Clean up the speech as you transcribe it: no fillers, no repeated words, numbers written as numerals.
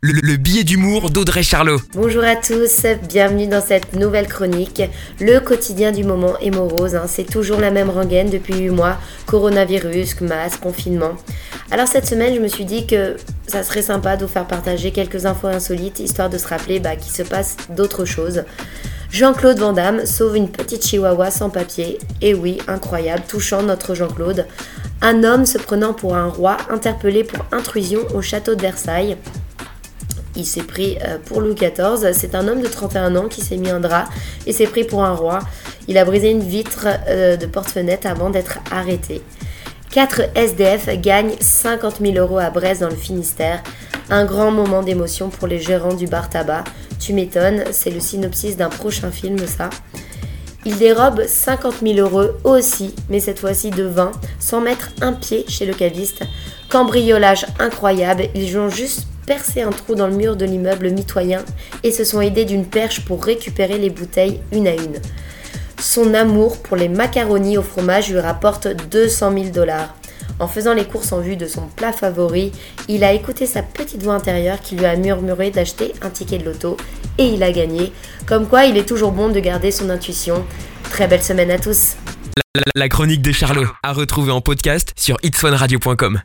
Le billet d'humour d'Audrey Charlot. Bonjour à tous, bienvenue dans cette nouvelle chronique. Le quotidien du moment est morose, c'est toujours la même rengaine depuis 8 mois. Coronavirus, masque, confinement. Alors cette semaine, je me suis dit que ça serait sympa de vous faire partager quelques infos insolites, histoire de se rappeler qu'il se passe d'autres choses. Jean-Claude Van Damme sauve une petite chihuahua sans papier. Et oui, incroyable, touchant notre Jean-Claude. Un homme se prenant pour un roi, interpellé pour intrusion au château de Versailles. Il s'est pris pour Louis XIV. C'est un homme de 31 ans qui s'est mis un drap et s'est pris pour un roi. Il a brisé une vitre de porte-fenêtre avant d'être arrêté. 4 SDF gagnent 50 000 € à Brest dans le Finistère. Un grand moment d'émotion pour les gérants du bar tabac. Tu m'étonnes, c'est le synopsis d'un prochain film ça. Ils dérobent 50 000 € aussi, mais cette fois-ci de vin, sans mettre un pied chez le caviste. Cambriolage incroyable, ils ont juste percé un trou dans le mur de l'immeuble mitoyen et se sont aidés d'une perche pour récupérer les bouteilles une à une. Son amour pour les macaronis au fromage lui rapporte 200 000 $. En faisant les courses en vue de son plat favori, il a écouté sa petite voix intérieure qui lui a murmuré d'acheter un ticket de loto et il a gagné. Comme quoi, il est toujours bon de garder son intuition. Très belle semaine à tous. La chronique de Charlot, à retrouver en podcast sur itswanradio.com.